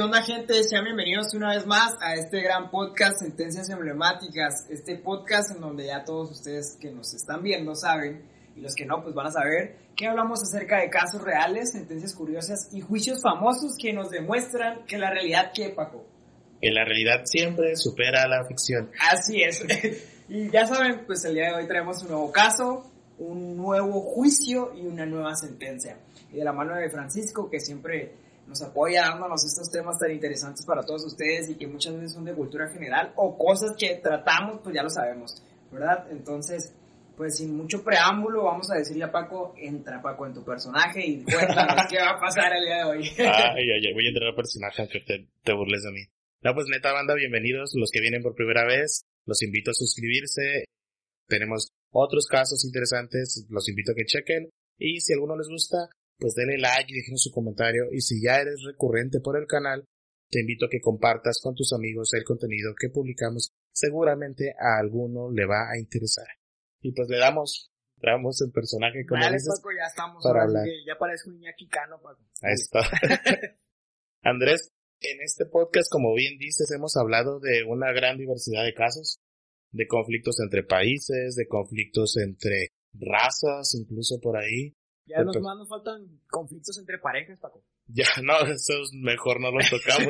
onda, gente? Sean bienvenidos una vez más a este gran podcast Sentencias Emblemáticas. Este podcast en donde ya todos ustedes que nos están viendo saben, y los que no, pues van a saber, que hablamos acerca de casos reales, sentencias curiosas y juicios famosos que nos demuestran que la realidad, ¿qué, Paco? Que la realidad siempre supera a la ficción. Así es. Y ya saben, pues el día de hoy traemos un nuevo caso, un nuevo juicio y una nueva sentencia. Y de la mano de Francisco, que siempre nos apoya dándonos estos temas tan interesantes para todos ustedes y que muchas veces son de cultura general o cosas que tratamos, pues ya lo sabemos, ¿verdad? Entonces, pues sin mucho preámbulo, vamos a decirle a Paco, entra Paco en tu personaje y cuéntanos qué va a pasar el día de hoy. Ay, voy a entrar al personaje aunque te burles de mí. No, pues neta banda, bienvenidos los que vienen por primera vez, los invito a suscribirse, tenemos otros casos interesantes, los invito a que chequen y si alguno les gusta, pues denle like y dejen su comentario y si ya eres recurrente por el canal, te invito a que compartas con tus amigos el contenido que publicamos, seguramente a alguno le va a interesar. Y pues le damos el personaje como Dale, dices, Paco, ya estamos para ahora, hablar. ya parezco un Iñaki Cano, Paco. Ahí está. Andrés, en este podcast, como bien dices, hemos hablado de una gran diversidad de casos, de conflictos entre países, de conflictos entre razas, incluso por ahí. Ya más nos faltan conflictos entre parejas, Paco. Ya, no, esos mejor no los tocamos.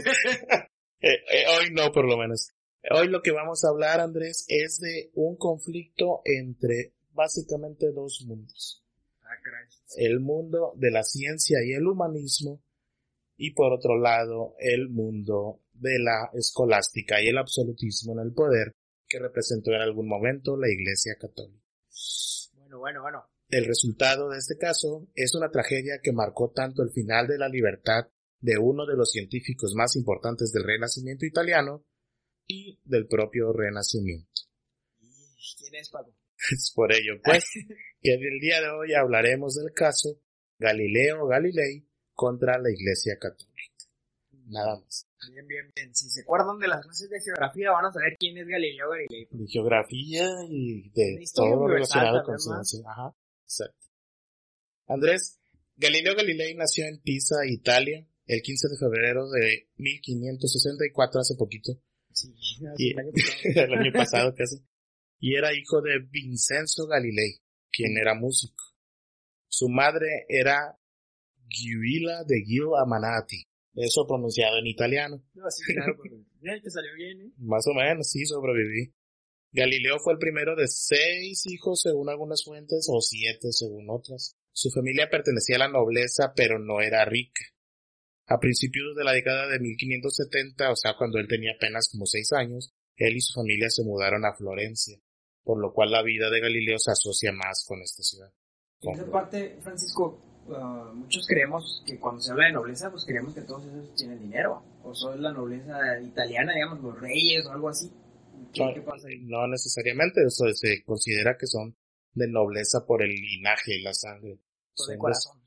Hoy no, por lo menos. Hoy lo que vamos a hablar, Andrés, es de un conflicto entre básicamente dos mundos. El mundo de la ciencia y el humanismo, y por otro lado, el mundo de la escolástica y el absolutismo en el poder, que representó en algún momento la Iglesia Católica. Bueno. El resultado de este caso es una tragedia que marcó tanto el final de la libertad de uno de los científicos más importantes del Renacimiento italiano y del propio Renacimiento. ¿Quién es, Paco? Es por ello, pues, que el día de hoy hablaremos del caso Galileo Galilei contra la Iglesia Católica. Nada más. Bien. Si se acuerdan de las clases de geografía, van a saber quién es Galileo Galilei. De geografía y de todo lo relacionado con ciencia. Ajá, exacto. Andrés, Galileo Galilei nació en Pisa, Italia, el 15 de febrero de 1564, hace poquito. Sí, el año pasado casi. Y era hijo de Vincenzo Galilei, quien era músico. Su madre era Giulia de Gil Amanati. Eso pronunciado en italiano. No, sí, claro, porque bien, te salió bien, ¿eh? Más o menos, sí, sobreviví. Galileo fue el primero de 6 hijos según algunas fuentes, o 7 según otras. Su familia pertenecía a la nobleza, pero no era rica. A principios de la década de 1570, o sea, cuando él tenía apenas como 6 años, él y su familia se mudaron a Florencia, por lo cual la vida de Galileo se asocia más con esta ciudad. En esa parte, Francisco, muchos creemos que cuando se habla de nobleza, pues creemos que todos esos tienen dinero, o son la nobleza italiana, digamos, los reyes o algo así. ¿Qué pasa ahí? No necesariamente, eso se considera que son de nobleza por el linaje y la sangre. Por el corazón.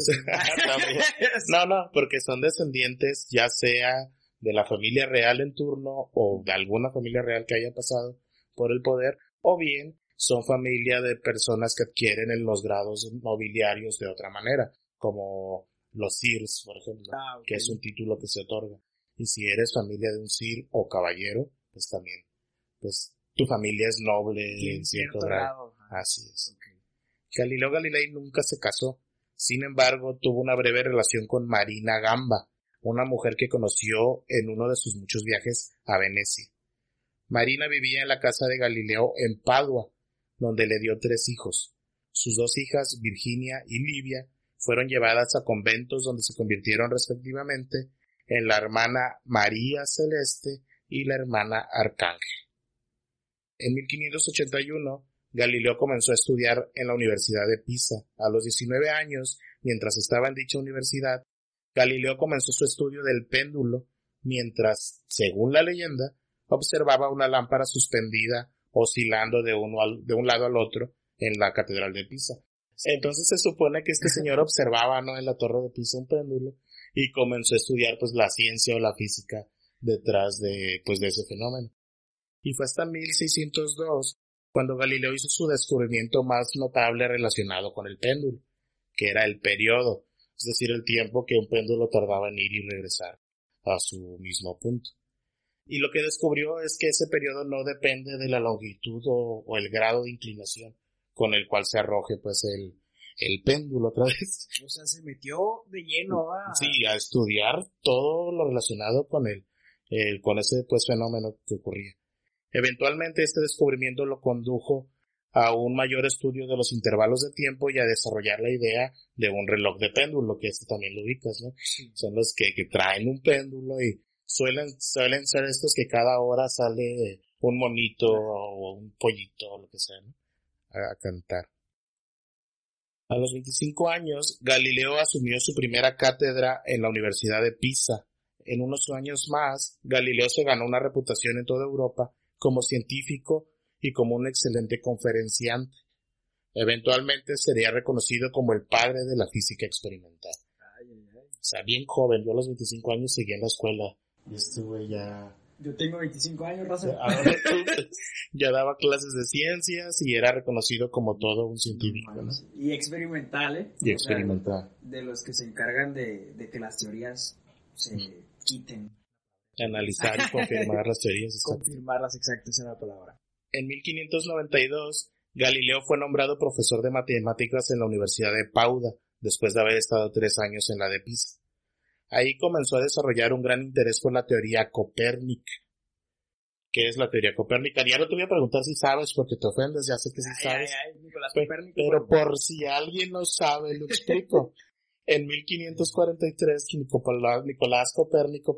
No, porque son descendientes ya sea de la familia real en turno o de alguna familia real que haya pasado por el poder, o bien son familia de personas que adquieren en los grados nobiliarios de otra manera, como los sirs, por ejemplo, okay, que es un título que se otorga. Y si eres familia de un sir o caballero, pues también, pues tu familia es noble en cierto grado. Así es. Okay. Galileo Galilei nunca se casó, sin embargo tuvo una breve relación con Marina Gamba, una mujer que conoció en uno de sus muchos viajes a Venecia. Marina vivía en la casa de Galileo en Padua, donde le dio 3 hijos. Sus 2 hijas, Virginia y Livia, fueron llevadas a conventos donde se convirtieron respectivamente en la hermana María Celeste y la hermana Arcángel. En 1581, Galileo comenzó a estudiar en la Universidad de Pisa. A los 19 años, mientras estaba en dicha universidad, Galileo comenzó su estudio del péndulo, mientras, según la leyenda, observaba una lámpara suspendida oscilando de un lado al otro en la catedral de Pisa. Entonces se supone que este señor observaba, ¿no?, en la torre de Pisa un péndulo y comenzó a estudiar pues la ciencia o la física detrás de ese fenómeno. Y fue hasta 1602 cuando Galileo hizo su descubrimiento más notable relacionado con el péndulo, que era el periodo, es decir, el tiempo que un péndulo tardaba en ir y regresar. a su mismo punto. Y lo que descubrió es que ese periodo no depende de la longitud o el grado de inclinación con el cual se arroje pues el péndulo otra vez. O sea, se metió de lleno Sí, a estudiar todo lo relacionado con con ese pues fenómeno que ocurría. Eventualmente este descubrimiento lo condujo a un mayor estudio de los intervalos de tiempo y a desarrollar la idea de un reloj de péndulo, que también lo ubicas, ¿no? Sí. Son los que traen un péndulo y suelen ser estos que cada hora sale un monito o un pollito o lo que sea, ¿no? A cantar. A los 25 años, Galileo asumió su primera cátedra en la Universidad de Pisa. En unos años más, Galileo se ganó una reputación en toda Europa como científico y como un excelente conferenciante. Eventualmente sería reconocido como el padre de la física experimental. O sea, bien joven. Yo a los 25 años seguí en la escuela. Y este güey ya... Yo tengo 25 años, Raza. Ya daba clases de ciencias y era reconocido como todo un científico, ¿no? Y experimental, ¿eh? Y experimental. O sea, de los que se encargan de que las teorías se quiten. Analizar y confirmar las teorías. Exacto. Confirmarlas, exacto, esa es la palabra. En 1592, Galileo fue nombrado profesor de matemáticas en la Universidad de Padua, después de haber estado 3 años en la de Pisa. Ahí comenzó a desarrollar un gran interés por la teoría copérnica. ¿Qué es la teoría copérnica? Ya no te voy a preguntar si sabes, porque te ofendes, ya sé que sí sabes. Nicolás Copérnico, pero por si alguien no sabe, lo explico. En 1543, Nicolás Copérnico,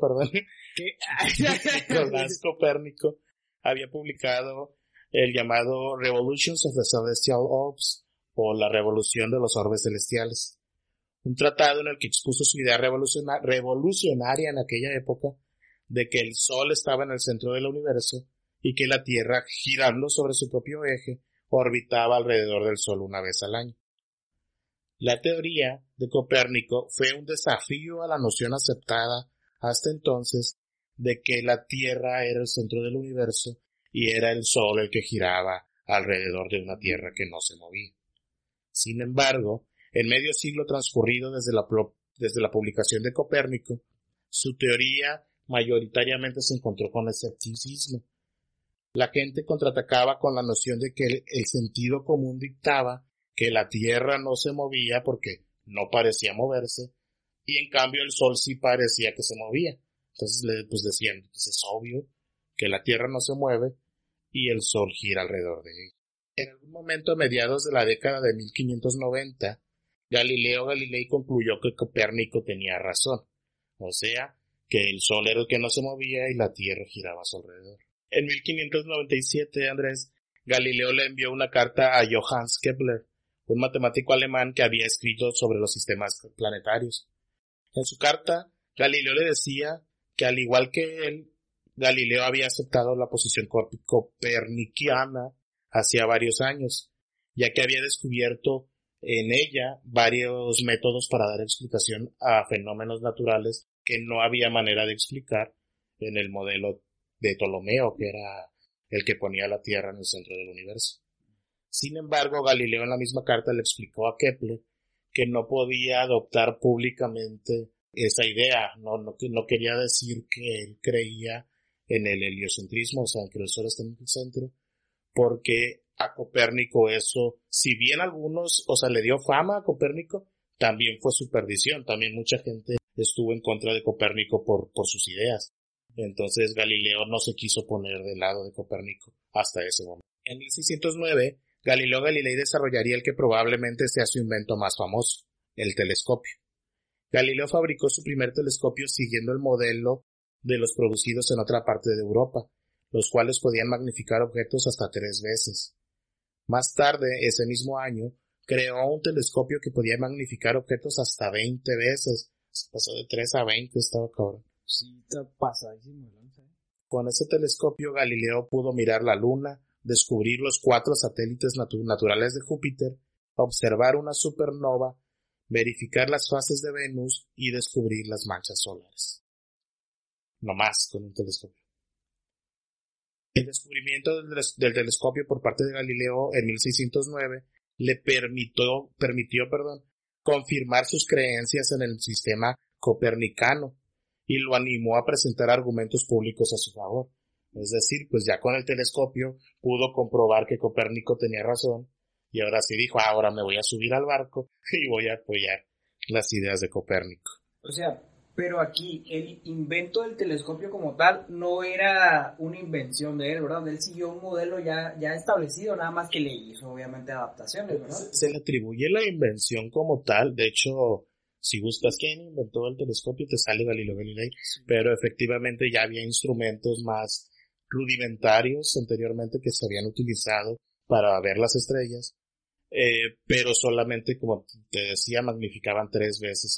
Nicolás Copérnico había publicado el llamado Revolutions of the Celestial Orbs, o la revolución de los orbes celestiales. Un tratado en el que expuso su idea revolucionaria en aquella época de que el Sol estaba en el centro del universo y que la Tierra, girando sobre su propio eje, orbitaba alrededor del Sol una vez al año. La teoría de Copérnico fue un desafío a la noción aceptada hasta entonces de que la Tierra era el centro del universo y era el Sol el que giraba alrededor de una Tierra que no se movía. Sin embargo, en medio siglo transcurrido desde la publicación de Copérnico, su teoría mayoritariamente se encontró con escepticismo. La gente contraatacaba con la noción de que el sentido común dictaba que la Tierra no se movía porque no parecía moverse, y en cambio el Sol sí parecía que se movía. Entonces decían, pues es obvio que la Tierra no se mueve y el Sol gira alrededor de ella. En algún momento a mediados de la década de 1590, Galileo Galilei concluyó que Copérnico tenía razón, o sea, que el Sol era el que no se movía y la Tierra giraba a su alrededor. En 1597, Galileo le envió una carta a Johannes Kepler, un matemático alemán que había escrito sobre los sistemas planetarios. En su carta, Galileo le decía que al igual que él, Galileo había aceptado la posición copernicana hacía varios años, ya que había descubierto en ella varios métodos para dar explicación a fenómenos naturales que no había manera de explicar en el modelo de Ptolomeo, que era el que ponía la Tierra en el centro del universo. Sin embargo, Galileo en la misma carta le explicó a Kepler que no podía adoptar públicamente esa idea, no quería decir que él creía en el heliocentrismo, o sea, en que el Sol está en el centro, porque a Copérnico eso, si bien algunos, o sea, le dio fama a Copérnico, también fue su perdición, también mucha gente estuvo en contra de Copérnico por sus ideas. Entonces Galileo no se quiso poner del lado de Copérnico hasta ese momento. En 1609, Galileo Galilei desarrollaría el que probablemente sea su invento más famoso, el telescopio. Galileo fabricó su primer telescopio siguiendo el modelo de los producidos en otra parte de Europa, los cuales podían magnificar objetos hasta 3 veces. Más tarde, ese mismo año, creó un telescopio que podía magnificar objetos hasta 20 veces. Se pasó de 3 a 20, estaba cabrón. Sí, está pasadísimo. Con ese telescopio, Galileo pudo mirar la Luna, descubrir los 4 satélites naturales de Júpiter, observar una supernova, verificar las fases de Venus y descubrir las manchas solares. No más con un telescopio. El descubrimiento del telescopio por parte de Galileo en 1609 le permitió confirmar sus creencias en el sistema copernicano y lo animó a presentar argumentos públicos a su favor. Es decir, pues ya con el telescopio pudo comprobar que Copérnico tenía razón, y ahora sí dijo, ahora me voy a subir al barco y voy a apoyar las ideas de Copérnico. O sea, pero aquí el invento del telescopio como tal no era una invención de él, ¿verdad? Él siguió un modelo ya establecido, nada más que le hizo obviamente adaptaciones, ¿verdad? Se le atribuye la invención como tal. De hecho, si buscas quién inventó el telescopio te sale Galileo Galilei, pero efectivamente ya había instrumentos más rudimentarios anteriormente que se habían utilizado para ver las estrellas, pero solamente, como te decía, magnificaban 3 veces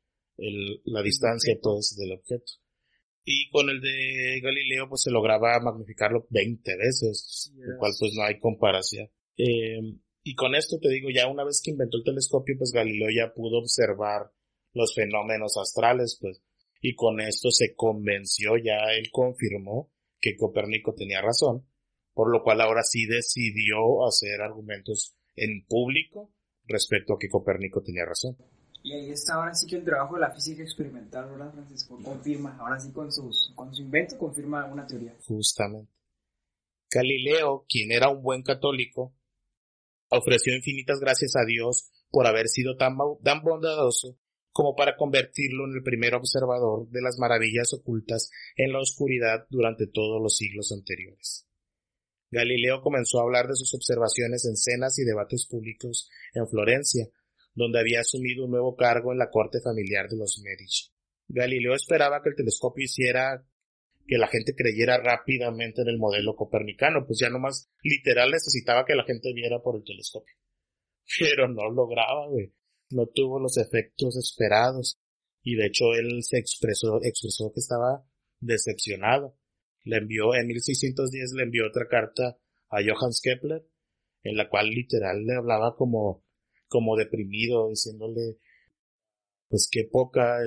la distancia pues del objeto. Y con el de Galileo pues se lograba magnificarlo 20 veces, lo cual pues no hay comparación. Y con esto te digo, ya una vez que inventó el telescopio, pues Galileo ya pudo observar los fenómenos astrales, pues, y con esto se convenció, ya él confirmó que Copérnico tenía razón, por lo cual ahora sí decidió hacer argumentos en público respecto a que Copérnico tenía razón. Y ahí está ahora sí que el trabajo de la física experimental, ¿verdad, Francisco? Confirma, ahora sí con su invento confirma una teoría. Justamente. Galileo, quien era un buen católico, ofreció infinitas gracias a Dios por haber sido tan bondadoso como para convertirlo en el primer observador de las maravillas ocultas en la oscuridad durante todos los siglos anteriores. Galileo comenzó a hablar de sus observaciones en cenas y debates públicos en Florencia, donde había asumido un nuevo cargo en la corte familiar de los Medici. Galileo esperaba que el telescopio hiciera que la gente creyera rápidamente en el modelo copernicano, pues ya nomás literal necesitaba que la gente viera por el telescopio. Pero no lograba, no tuvo los efectos esperados, y de hecho él se expresó que estaba decepcionado. En 1610 le envió otra carta a Johannes Kepler, en la cual literal le hablaba como deprimido, diciéndole pues qué poca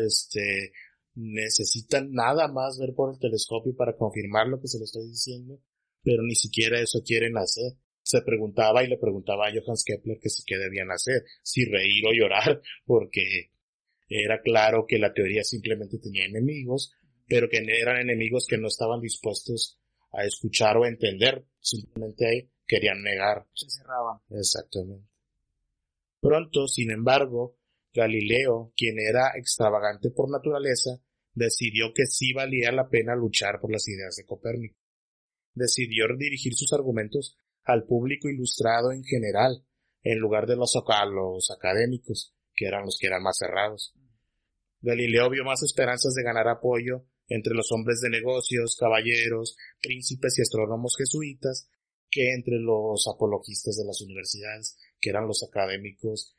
necesitan nada más ver por el telescopio para confirmar lo que se le estoy diciendo, pero ni siquiera eso quieren hacer. Se preguntaba y le preguntaba a Johannes Kepler que si qué debían hacer, si reír o llorar, porque era claro que la teoría simplemente tenía enemigos, pero que eran enemigos que no estaban dispuestos a escuchar o a entender, simplemente querían negar. Se cerraban. Exactamente. Pronto, sin embargo, Galileo, quien era extravagante por naturaleza, decidió que sí valía la pena luchar por las ideas de Copérnico. Decidió dirigir sus argumentos al público ilustrado en general, en lugar de los académicos, que eran los que eran más cerrados. Galileo vio más esperanzas de ganar apoyo entre los hombres de negocios, caballeros, príncipes y astrónomos jesuitas, que entre los apologistas de las universidades, que eran los académicos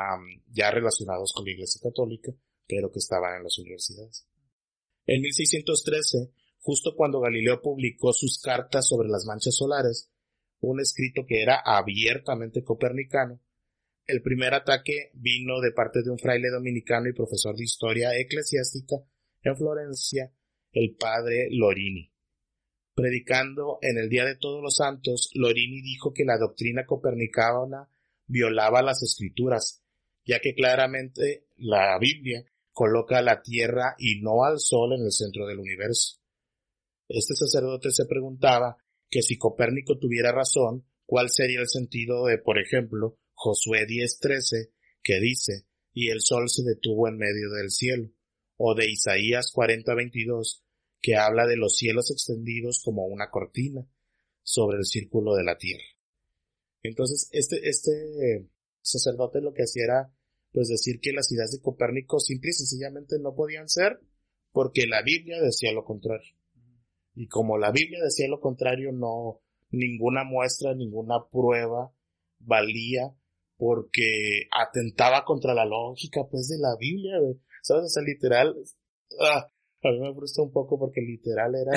ya relacionados con la Iglesia Católica, pero que estaban en las universidades. En 1613, justo cuando Galileo publicó sus cartas sobre las manchas solares, un escrito que era abiertamente copernicano, el primer ataque vino de parte de un fraile dominicano y profesor de historia eclesiástica en Florencia, el padre Lorini. Predicando en el Día de Todos los Santos, Lorini dijo que la doctrina copernicana violaba las escrituras, ya que claramente la Biblia coloca a la Tierra y no al Sol en el centro del universo. Este sacerdote se preguntaba que si Copérnico tuviera razón, ¿cuál sería el sentido de, por ejemplo, Josué 10:13, que dice, y el sol se detuvo en medio del cielo, o de Isaías 40:22, que habla de los cielos extendidos como una cortina sobre el círculo de la tierra? Entonces, este sacerdote lo que hacía era, pues, decir que las ideas de Copérnico simple y sencillamente no podían ser, porque la Biblia decía lo contrario. Y como la Biblia decía lo contrario, ninguna muestra, ninguna prueba valía, porque atentaba contra la lógica, pues, de la Biblia, güey. ¿Sabes? O sea, literal, a mí me frustra un poco porque literal era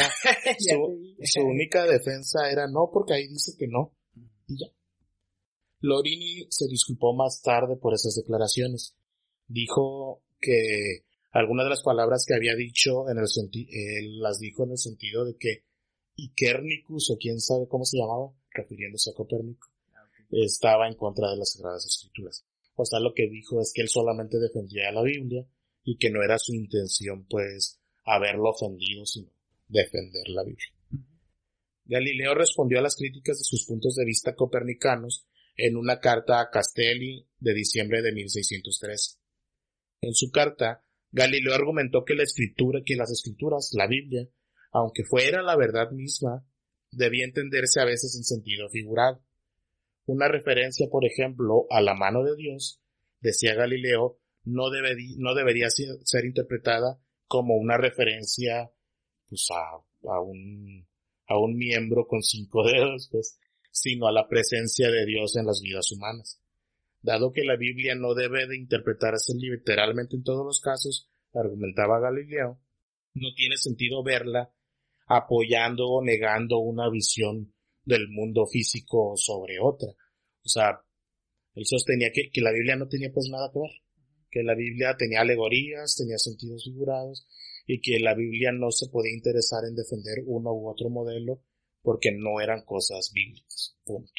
su única defensa era no, porque ahí dice que no, y ya. Lorini se disculpó más tarde por esas declaraciones. Dijo que algunas de las palabras que había dicho las dijo en el sentido de que Icérnicus, o quién sabe cómo se llamaba, refiriéndose a Copérnico, estaba en contra de las Sagradas Escrituras. O sea, lo que dijo es que él solamente defendía la Biblia y que no era su intención, pues, haberlo ofendido, sino defender la Biblia. Galileo respondió a las críticas de sus puntos de vista copernicanos en una carta a Castelli de diciembre de 1613. En su carta, Galileo argumentó que las escrituras, la Biblia, aunque fuera la verdad misma, debía entenderse a veces en sentido figurado. Una referencia, por ejemplo, a la mano de Dios, decía Galileo, no debería ser interpretada como una referencia pues, a un miembro con 5 dedos, pues, sino a la presencia de Dios en las vidas humanas. Dado que la Biblia no debe de interpretarse literalmente en todos los casos, argumentaba Galileo, no tiene sentido verla apoyando o negando una visión del mundo físico sobre otra. O sea, él sostenía que la Biblia no tenía pues nada que ver, que la Biblia tenía alegorías, tenía sentidos figurados, y que la Biblia no se podía interesar en defender uno u otro modelo porque no eran cosas bíblicas. Punto.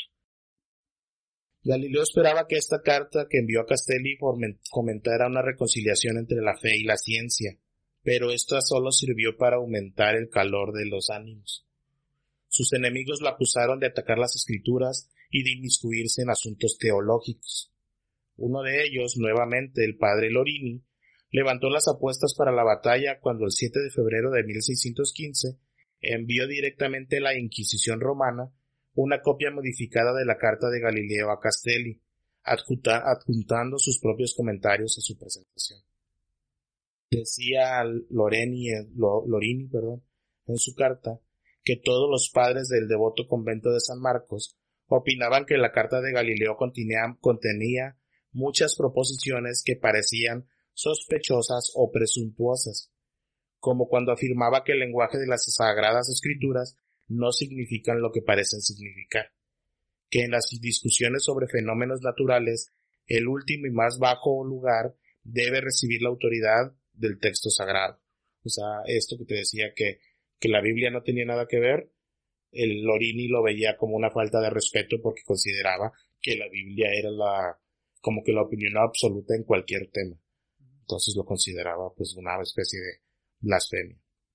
Galileo esperaba que esta carta que envió a Castelli fomentara una reconciliación entre la fe y la ciencia, pero esta solo sirvió para aumentar el calor de los ánimos. Sus enemigos lo acusaron de atacar las escrituras y de inmiscuirse en asuntos teológicos. Uno de ellos, nuevamente el padre Lorini, levantó las apuestas para la batalla cuando el 7 de febrero de 1615 envió directamente a la Inquisición romana una copia modificada de la carta de Galileo a Castelli, adjuntando sus propios comentarios a su presentación. Decía Lorini, en su carta, que todos los padres del devoto convento de San Marcos opinaban que la carta de Galileo contenía muchas proposiciones que parecían sospechosas o presuntuosas, como cuando afirmaba que el lenguaje de las Sagradas Escrituras no significan lo que parecen significar, que en las discusiones sobre fenómenos naturales el último y más bajo lugar debe recibir la autoridad del texto sagrado. O sea, esto que te decía que la Biblia no tenía nada que ver, el Lorini lo veía como una falta de respeto porque consideraba que la Biblia era como que la opinión absoluta en cualquier tema. Entonces lo consideraba pues una especie de blasfemia.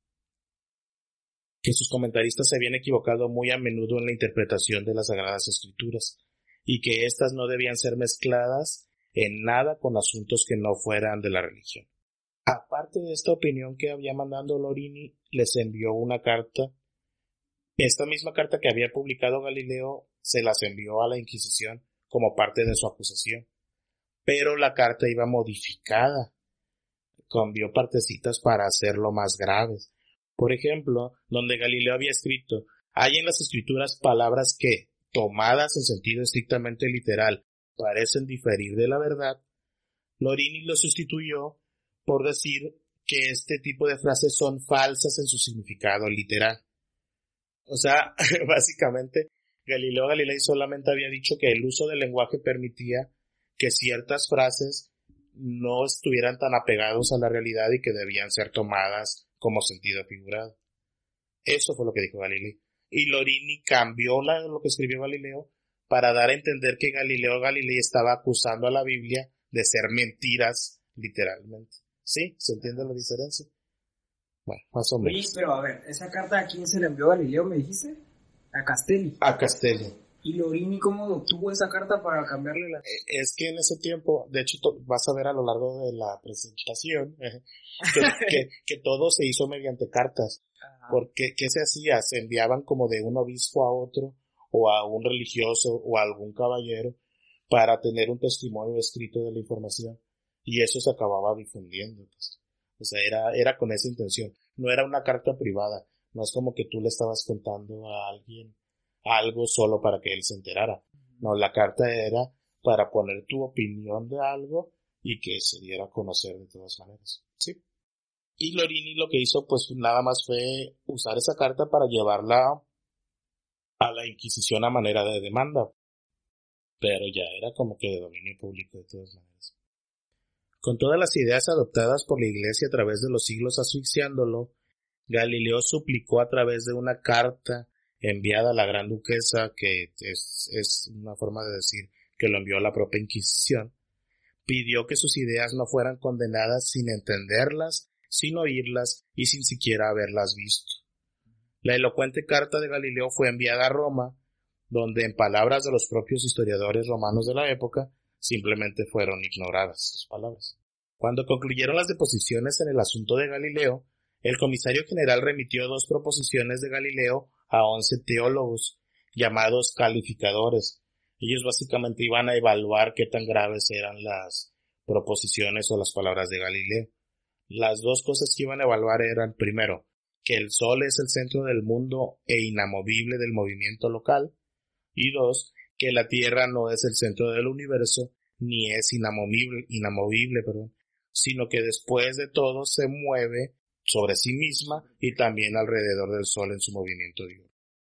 Que sus comentaristas se habían equivocado muy a menudo en la interpretación de las Sagradas Escrituras y que éstas no debían ser mezcladas en nada con asuntos que no fueran de la religión. Aparte de esta opinión que había mandado Lorini, les envió una carta. Esta misma carta que había publicado Galileo se las envió a la Inquisición como parte de su acusación. Pero la carta iba modificada. Cambió partecitas para hacerlo más graves. Por ejemplo, donde Galileo había escrito, hay en las escrituras palabras que, tomadas en sentido estrictamente literal, parecen diferir de la verdad, Lorini lo sustituyó por decir que este tipo de frases son falsas en su significado literal. O sea, básicamente, Galileo Galilei solamente había dicho que el uso del lenguaje permitía que ciertas frases no estuvieran tan apegados a la realidad y que debían ser tomadas como sentido figurado. Eso fue lo que dijo Galilei. Y Lorini cambió lo que escribió Galileo para dar a entender que Galileo Galilei estaba acusando a la Biblia de ser mentiras, literalmente. ¿Sí? ¿Se entiende la diferencia? Bueno, más o menos. Sí, pero a ver, ¿esa carta a quién se le envió Galileo, me dijiste? A Castelli. A Castelli. ¿Y Lorini cómo obtuvo esa carta para cambiarle la...? Es que en ese tiempo, de hecho vas a ver a lo largo de la presentación, que todo se hizo mediante cartas. Ajá. Porque, ¿qué se hacía? Se enviaban como de un obispo a otro, o a un religioso, o a algún caballero, para tener un testimonio escrito de la información. Y eso se acababa difundiendo, pues. O sea, era con esa intención. No era una carta privada. No es como que tú le estabas contando a alguien algo solo para que él se enterara. No, la carta era para poner tu opinión de algo y que se diera a conocer de todas maneras. ¿Sí? Y Lorini lo que hizo pues nada más fue usar esa carta para llevarla a la Inquisición a manera de demanda. Pero ya era como que de dominio público de todas maneras. Con todas las ideas adoptadas por la Iglesia a través de los siglos asfixiándolo, Galileo suplicó a través de una carta enviada a la Gran Duquesa, que es una forma de decir que lo envió a la propia Inquisición, pidió que sus ideas no fueran condenadas sin entenderlas sin oírlas y sin siquiera haberlas visto. La elocuente carta de Galileo fue enviada a Roma, donde, en palabras de los propios historiadores romanos de la época, simplemente fueron ignoradas sus palabras. Cuando concluyeron las deposiciones en el asunto de Galileo, el comisario general remitió 2 proposiciones de Galileo a 11 teólogos, llamados calificadores. Ellos básicamente iban a evaluar qué tan graves eran las proposiciones o las palabras de Galileo. Las 2 cosas que iban a evaluar eran, primero, que el Sol es el centro del mundo e inamovible del movimiento local, y 2, que la Tierra no es el centro del universo, ni es inamovible, sino que después de todo se mueve sobre sí misma y también alrededor del Sol en su movimiento diurno.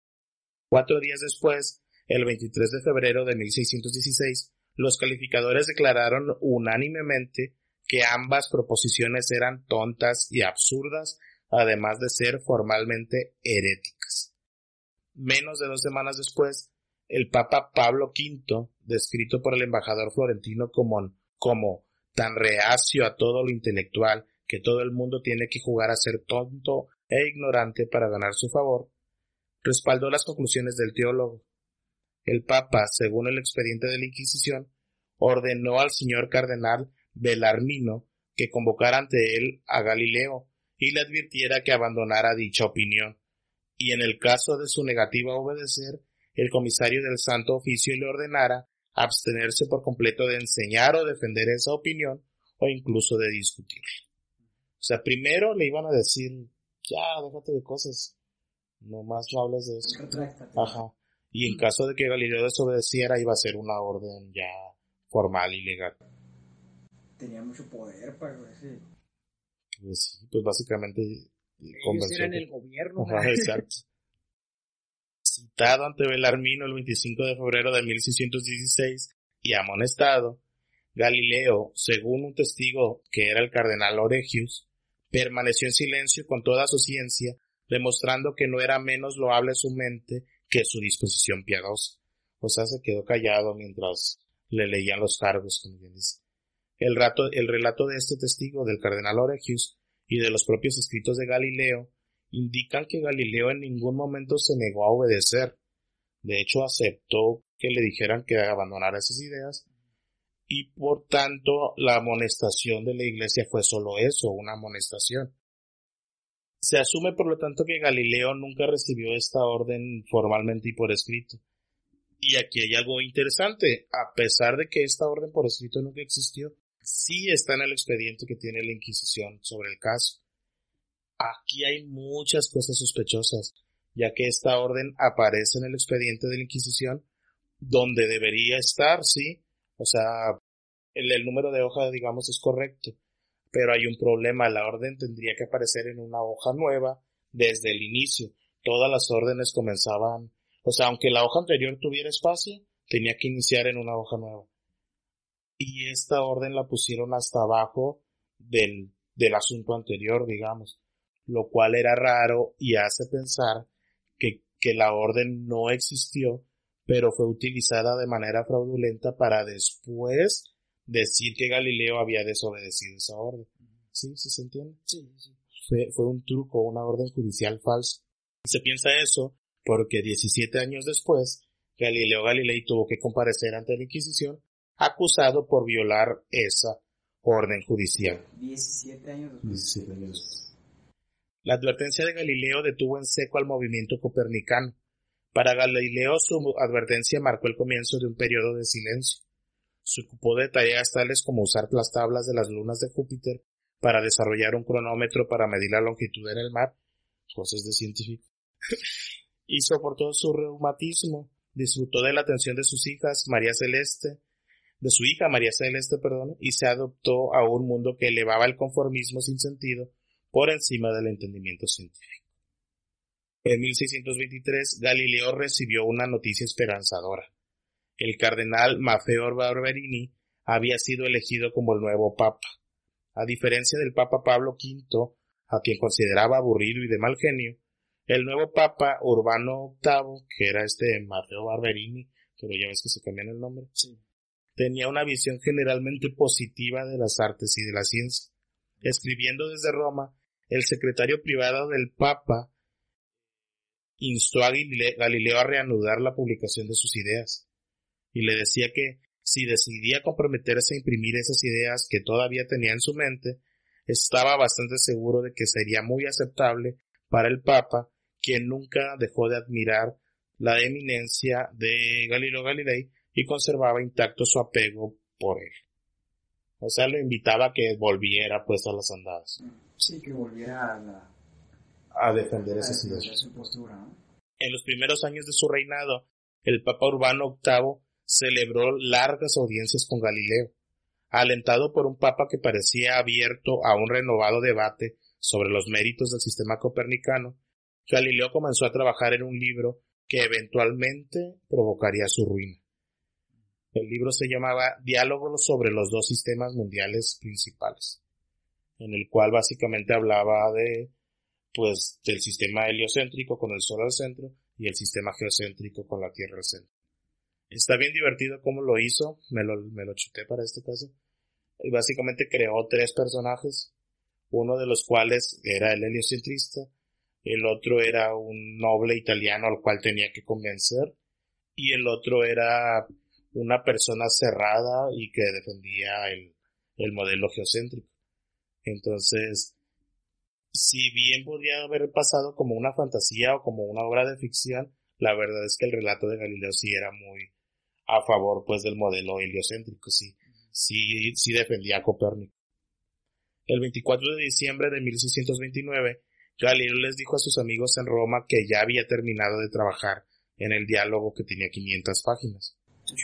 4 días después, el 23 de febrero de 1616, los calificadores declararon unánimemente que ambas proposiciones eran tontas y absurdas, además de ser formalmente heréticas. Menos de 2 semanas después, el Papa Pablo V, descrito por el embajador florentino como tan reacio a todo lo intelectual que todo el mundo tiene que jugar a ser tonto e ignorante para ganar su favor, respaldó las conclusiones del teólogo. El Papa, según el expediente de la Inquisición, ordenó al señor cardenal Bellarmino que convocara ante él a Galileo y le advirtiera que abandonara dicha opinión, y en el caso de su negativa a obedecer, el comisario del Santo Oficio le ordenara abstenerse por completo de enseñar o defender esa opinión o incluso de discutirla. O sea, primero le iban a decir, ya, déjate de cosas, nomás no hables de eso. Ajá. Y en caso de que Galileo desobedeciera, iba a ser una orden ya formal y legal. Tenía mucho poder para decir. Pues sí, pues básicamente ellos eran el gobierno. Ajá, exacto. Citado ante Bellarmino el 25 de febrero de 1616 y amonestado, Galileo, según un testigo que era el cardenal Oregius, permaneció en silencio con toda su ciencia, demostrando que no era menos loable su mente que su disposición piadosa. O sea, se quedó callado mientras le leían los cargos, como bien dice. El relato de este testigo, del cardenal Oregius, y de los propios escritos de Galileo, indican que Galileo en ningún momento se negó a obedecer. De hecho, aceptó que le dijeran que abandonara esas ideas, y por tanto la amonestación de la Iglesia fue solo eso, una amonestación. Se asume por lo tanto que Galileo nunca recibió esta orden formalmente y por escrito. Y aquí hay algo interesante, a pesar de que esta orden por escrito nunca existió, sí está en el expediente que tiene la Inquisición sobre el caso. Aquí hay muchas cosas sospechosas, ya que esta orden aparece en el expediente de la Inquisición, donde debería estar, sí, o sea, el número de hoja, digamos, es correcto, pero hay un problema, la orden tendría que aparecer en una hoja nueva desde el inicio. Todas las órdenes comenzaban, o sea, aunque la hoja anterior tuviera espacio, tenía que iniciar en una hoja nueva. Y esta orden la pusieron hasta abajo del asunto anterior, digamos, lo cual era raro y hace pensar que la orden no existió, pero fue utilizada de manera fraudulenta para después decir que Galileo había desobedecido esa orden. ¿Sí? ¿Sí se entiende? Sí. Fue un truco, una orden judicial falsa. Y se piensa eso porque 17 años después, Galileo Galilei tuvo que comparecer ante la Inquisición acusado por violar esa orden judicial. 17 años después. La advertencia de Galileo detuvo en seco al movimiento copernicano. Para Galileo su advertencia marcó el comienzo de un periodo de silencio. Se ocupó de tareas tales como usar las tablas de las lunas de Júpiter para desarrollar un cronómetro para medir la longitud en el mar, cosas de científico. Y soportó su reumatismo, disfrutó de la atención de sus hijas, de su hija María Celeste, y se adoptó a un mundo que elevaba el conformismo sin sentido por encima del entendimiento científico. En 1623, Galileo recibió una noticia esperanzadora. El cardenal Maffeo Barberini había sido elegido como el nuevo papa. A diferencia del papa Pablo V, a quien consideraba aburrido y de mal genio, el nuevo papa Urbano VIII, que era Maffeo Barberini, pero ya ves que se cambió el nombre, sí, tenía una visión generalmente positiva de las artes y de la ciencia. Escribiendo desde Roma, el secretario privado del Papa instó a Galileo a reanudar la publicación de sus ideas, y le decía que si decidía comprometerse a imprimir esas ideas que todavía tenía en su mente, estaba bastante seguro de que sería muy aceptable para el Papa, quien nunca dejó de admirar la eminencia de Galileo Galilei y conservaba intacto su apego por él. O sea, lo invitaba a que volviera pues a las andadas. Sí, que volviera a defender esas ideas. Su postura, ¿no? En los primeros años de su reinado, el Papa Urbano VIII celebró largas audiencias con Galileo. Alentado por un papa que parecía abierto a un renovado debate sobre los méritos del sistema copernicano, Galileo comenzó a trabajar en un libro que eventualmente provocaría su ruina. El libro se llamaba Diálogo sobre los dos sistemas mundiales principales, en el cual básicamente hablaba del sistema heliocéntrico con el Sol al centro y el sistema geocéntrico con la Tierra al centro. Está bien divertido cómo lo hizo, me lo chuté para este caso. Y básicamente creó 3 personajes, uno de los cuales era el heliocentrista, el otro era un noble italiano al cual tenía que convencer, y el otro era una persona cerrada y que defendía el modelo geocéntrico. Entonces, si bien podría haber pasado como una fantasía o como una obra de ficción, la verdad es que el relato de Galileo sí era muy a favor pues del modelo heliocéntrico, sí defendía a Copérnico. El 24 de diciembre de 1629, Galileo les dijo a sus amigos en Roma que ya había terminado de trabajar en el diálogo, que tenía 500 páginas.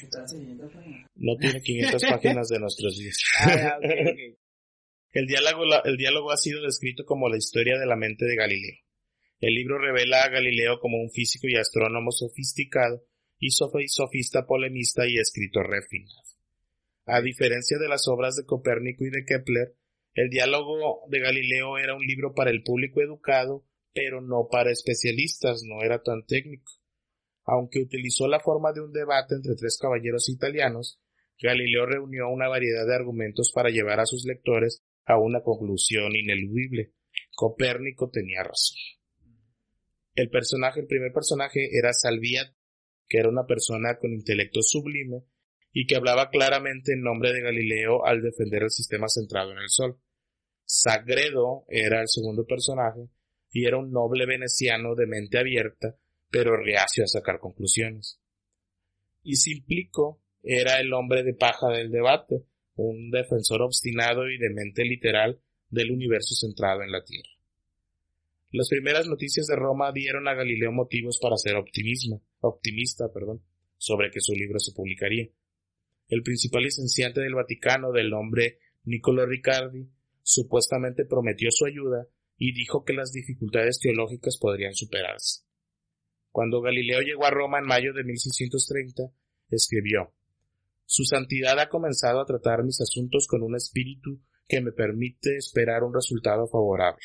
No tiene 500 páginas de nuestros días. Okay. El diálogo ha sido descrito como la historia de la mente de Galileo. El libro revela a Galileo como un físico y astrónomo sofisticado y sofista polemista y escritor refinado. A diferencia de las obras de Copérnico y de Kepler, el diálogo de Galileo era un libro para el público educado, pero no para especialistas, no era tan técnico. Aunque utilizó la forma de un debate entre 3 caballeros italianos, Galileo reunió una variedad de argumentos para llevar a sus lectores a una conclusión ineludible. Copérnico tenía razón. El primer personaje era Salviati, que era una persona con intelecto sublime y que hablaba claramente en nombre de Galileo al defender el sistema centrado en el Sol. Sagredo era el segundo personaje y era un noble veneciano de mente abierta, pero reacio a sacar conclusiones. Y Simplico era el hombre de paja del debate, un defensor obstinado y de mente literal del universo centrado en la Tierra. Las primeras noticias de Roma dieron a Galileo motivos para ser optimista sobre que su libro se publicaría. El principal licenciante del Vaticano, del nombre Niccolò Riccardi, supuestamente prometió su ayuda y dijo que las dificultades teológicas podrían superarse. Cuando Galileo llegó a Roma en mayo de 1630, escribió: «Su santidad ha comenzado a tratar mis asuntos con un espíritu que me permite esperar un resultado favorable».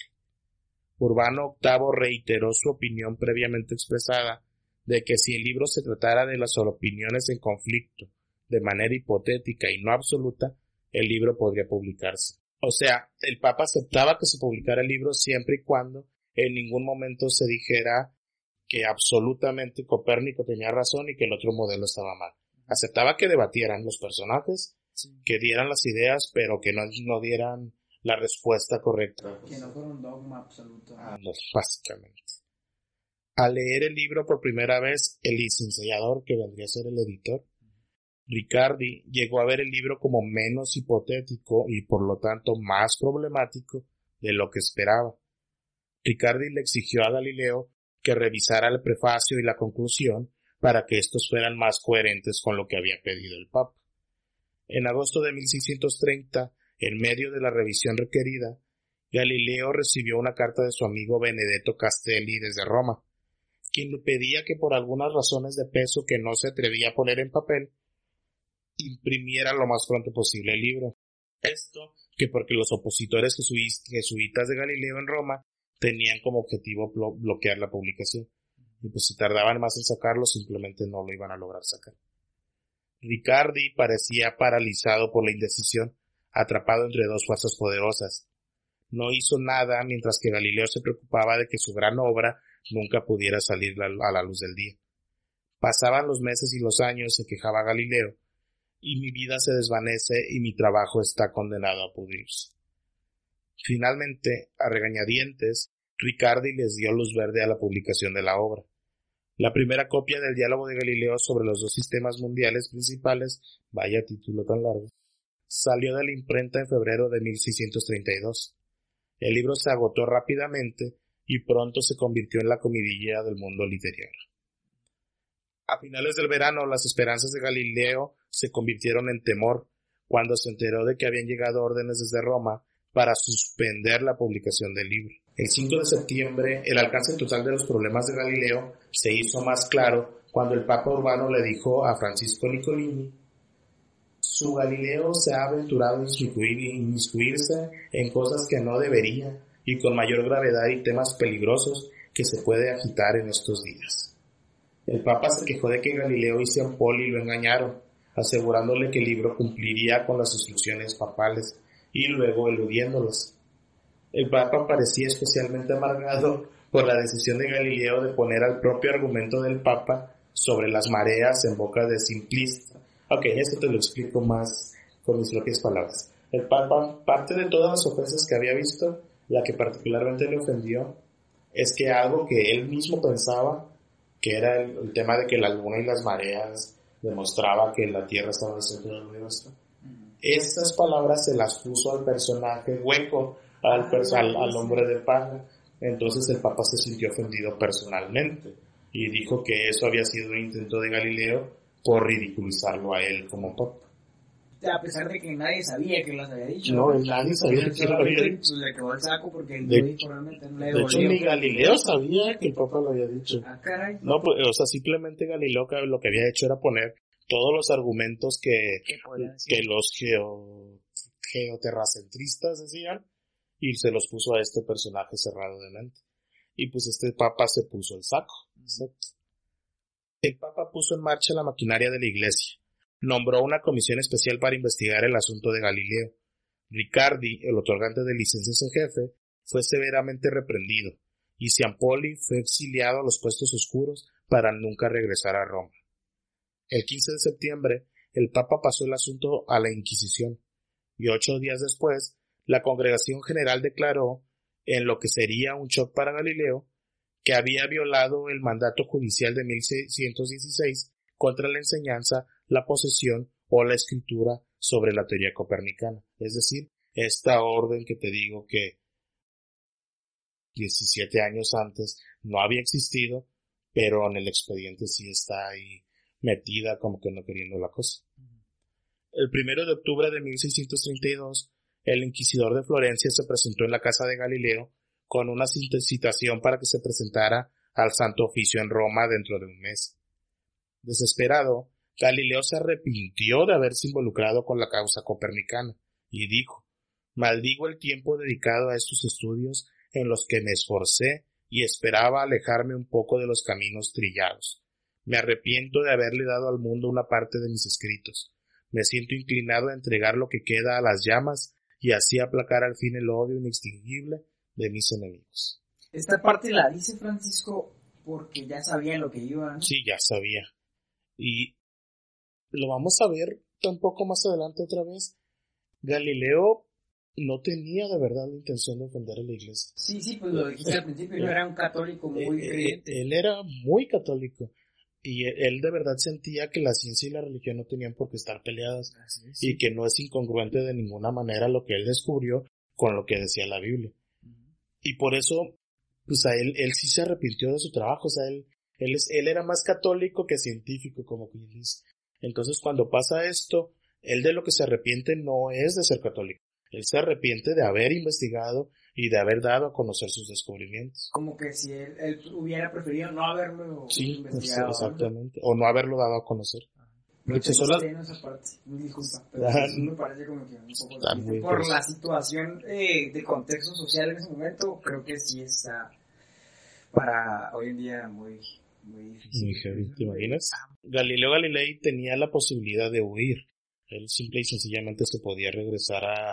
Urbano VIII reiteró su opinión previamente expresada de que si el libro se tratara de las opiniones en conflicto de manera hipotética y no absoluta, el libro podría publicarse. O sea, el Papa aceptaba que se publicara el libro siempre y cuando en ningún momento se dijera que absolutamente Copérnico tenía razón y que el otro modelo estaba mal. Aceptaba que debatieran los personajes, que dieran las ideas, pero que no dieran la respuesta correcta. Que no fuera un dogma absoluto. Básicamente. Al leer el libro por primera vez, el licenciador, que vendría a ser el editor, Riccardi, llegó a ver el libro como menos hipotético y por lo tanto más problemático de lo que esperaba. Riccardi le exigió a Galileo que revisara el prefacio y la conclusión para que estos fueran más coherentes con lo que había pedido el Papa. En agosto de 1630, en medio de la revisión requerida, Galileo recibió una carta de su amigo Benedetto Castelli desde Roma, quien le pedía que por algunas razones de peso que no se atrevía a poner en papel, imprimiera lo más pronto posible el libro. Esto que porque los opositores jesuitas de Galileo en Roma tenían como objetivo bloquear la publicación, y pues si tardaban más en sacarlo simplemente no lo iban a lograr sacar. Riccardi parecía paralizado por la indecisión, atrapado entre 2 fuerzas poderosas. no hizo nada mientras que Galileo se preocupaba de que su gran obra nunca pudiera salir a la luz del día. Pasaban los meses y los años, se quejaba Galileo, y mi vida se desvanece y mi trabajo está condenado a pudrirse. Finalmente, a regañadientes, Riccardi les dio luz verde a la publicación de la obra. La primera copia del diálogo de Galileo sobre los dos sistemas mundiales principales, vaya título tan largo, salió de la imprenta en febrero de 1632. El libro se agotó rápidamente y pronto se convirtió en la comidilla del mundo literario. A finales del verano, las esperanzas de Galileo se convirtieron en temor cuando se enteró de que habían llegado órdenes desde Roma para suspender la publicación del libro. El 5 de septiembre, el alcance total de los problemas de Galileo se hizo más claro cuando el Papa Urbano le dijo a Francisco Niccolini: su Galileo se ha aventurado a inmiscuirse en cosas que no debería y con mayor gravedad y temas peligrosos que se puede agitar en estos días. El Papa se quejó de que Galileo y Ciampoli lo engañaron, asegurándole que el libro cumpliría con las instrucciones papales y luego eludiéndolas. El Papa parecía especialmente amargado por la decisión de Galileo de poner al propio argumento del Papa sobre las mareas en boca de Simplista. Ok, esto te lo explico más con mis propias palabras. El Papa, parte de todas las ofensas que había visto, la que particularmente le ofendió es que algo que él mismo pensaba, que era el tema de que la luna y las mareas demostraba que la Tierra estaba en el centro del universo. Esas palabras se las puso al personaje hueco, al hombre de paja. Entonces el Papa se sintió ofendido personalmente y dijo que eso había sido un intento de Galileo por ridiculizarlo a él como Papa. A pesar de que nadie sabía que las había dicho. No, nadie sabía que lo había dicho. Pues le quedó el saco porque él lo dijo realmente. No le de hecho, ni Galileo sabía que el Papa lo había dicho. Ah, caray. No, pues, o sea, simplemente Galileo lo que había hecho era poner todos los argumentos que los geoterracentristas decían y se los puso a este personaje cerrado de mente. Y pues este Papa se puso el saco. Exacto. El Papa puso en marcha la maquinaria de la Iglesia. Nombró una comisión especial para investigar el asunto de Galileo. Riccardi, el otorgante de licencias en jefe, fue severamente reprendido, y Ciampoli fue exiliado a los puestos oscuros para nunca regresar a Roma. El 15 de septiembre, el Papa pasó el asunto a la Inquisición, y 8 días después, la Congregación General declaró, en lo que sería un shock para Galileo, que había violado el mandato judicial de 1616 contra la enseñanza, la posesión o la escritura sobre la teoría copernicana. Es decir, esta orden que te digo que 17 años antes no había existido, pero en el expediente sí está ahí metida como que no queriendo la cosa. El 1 de octubre de 1632, el inquisidor de Florencia se presentó en la casa de Galileo con una citación para que se presentara al Santo Oficio en Roma dentro de un mes. Desesperado, Galileo se arrepintió de haberse involucrado con la causa copernicana y dijo: maldigo el tiempo dedicado a estos estudios en los que me esforcé y esperaba alejarme un poco de los caminos trillados. Me arrepiento de haberle dado al mundo una parte de mis escritos. Me siento inclinado a entregar lo que queda a las llamas y así aplacar al fin el odio inextinguible de mis enemigos. Esta parte la dice Francisco porque ya sabía lo que iba, ¿no? Sí, ya sabía. Y lo vamos a ver un poco más adelante otra vez. Galileo no tenía de verdad la intención de ofender a la iglesia. Sí, pues lo dijiste al principio, él era un católico muy creyente. Él era muy católico. Y él de verdad sentía que la ciencia y la religión no tenían por qué estar peleadas. Sí. Y que no es incongruente de ninguna manera lo que él descubrió con lo que decía la Biblia. Y por eso, pues a él sí se arrepintió de su trabajo. O sea, él era más católico que científico, como quien dice. Entonces, cuando pasa esto, él de lo que se arrepiente no es de ser católico. Él se arrepiente de haber investigado y de haber dado a conocer sus descubrimientos. Como que si él hubiera preferido no haberlo investigado. Sí, exactamente. ¿No? O no haberlo dado a conocer. Pero esa parte, muy disculpa, pero sí me parece como que un poco por la situación de contexto social en ese momento, creo que sí está para hoy en día muy difícil. Muy heavy, ¿te imaginas? Galileo Galilei tenía la posibilidad de huir. Él simple y sencillamente se podía regresar a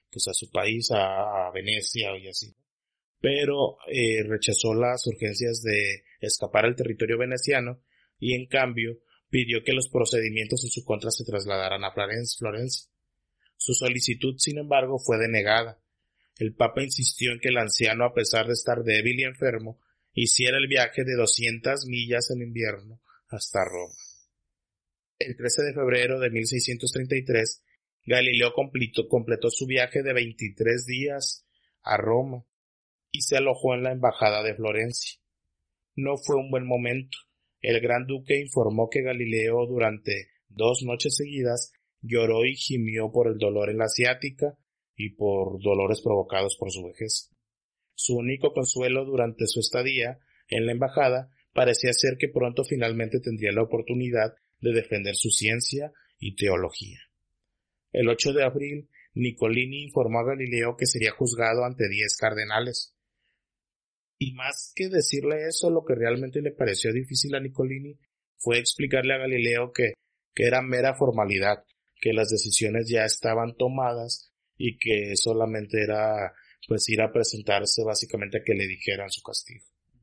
pues a su país, a Venecia y así. Pero rechazó las urgencias de escapar al territorio veneciano y en cambio pidió que los procedimientos en su contra se trasladaran a Florencia. Su solicitud, sin embargo, fue denegada. El Papa insistió en que el anciano, a pesar de estar débil y enfermo, hiciera el viaje de 200 millas en invierno hasta Roma. El 13 de febrero de 1633, Galileo completó su viaje de 23 días a Roma y se alojó en la embajada de Florencia. No fue un buen momento. El gran duque informó que Galileo durante 2 noches seguidas lloró y gimió por el dolor en la ciática y por dolores provocados por su vejez. Su único consuelo durante su estadía en la embajada parecía ser que pronto finalmente tendría la oportunidad de defender su ciencia y teología. El 8 de abril, Niccolini informó a Galileo que sería juzgado ante 10 cardenales. Y más que decirle eso, lo que realmente le pareció difícil a Niccolini fue explicarle a Galileo que era mera formalidad, que las decisiones ya estaban tomadas y que solamente era pues ir a presentarse básicamente a que le dijeran su castigo.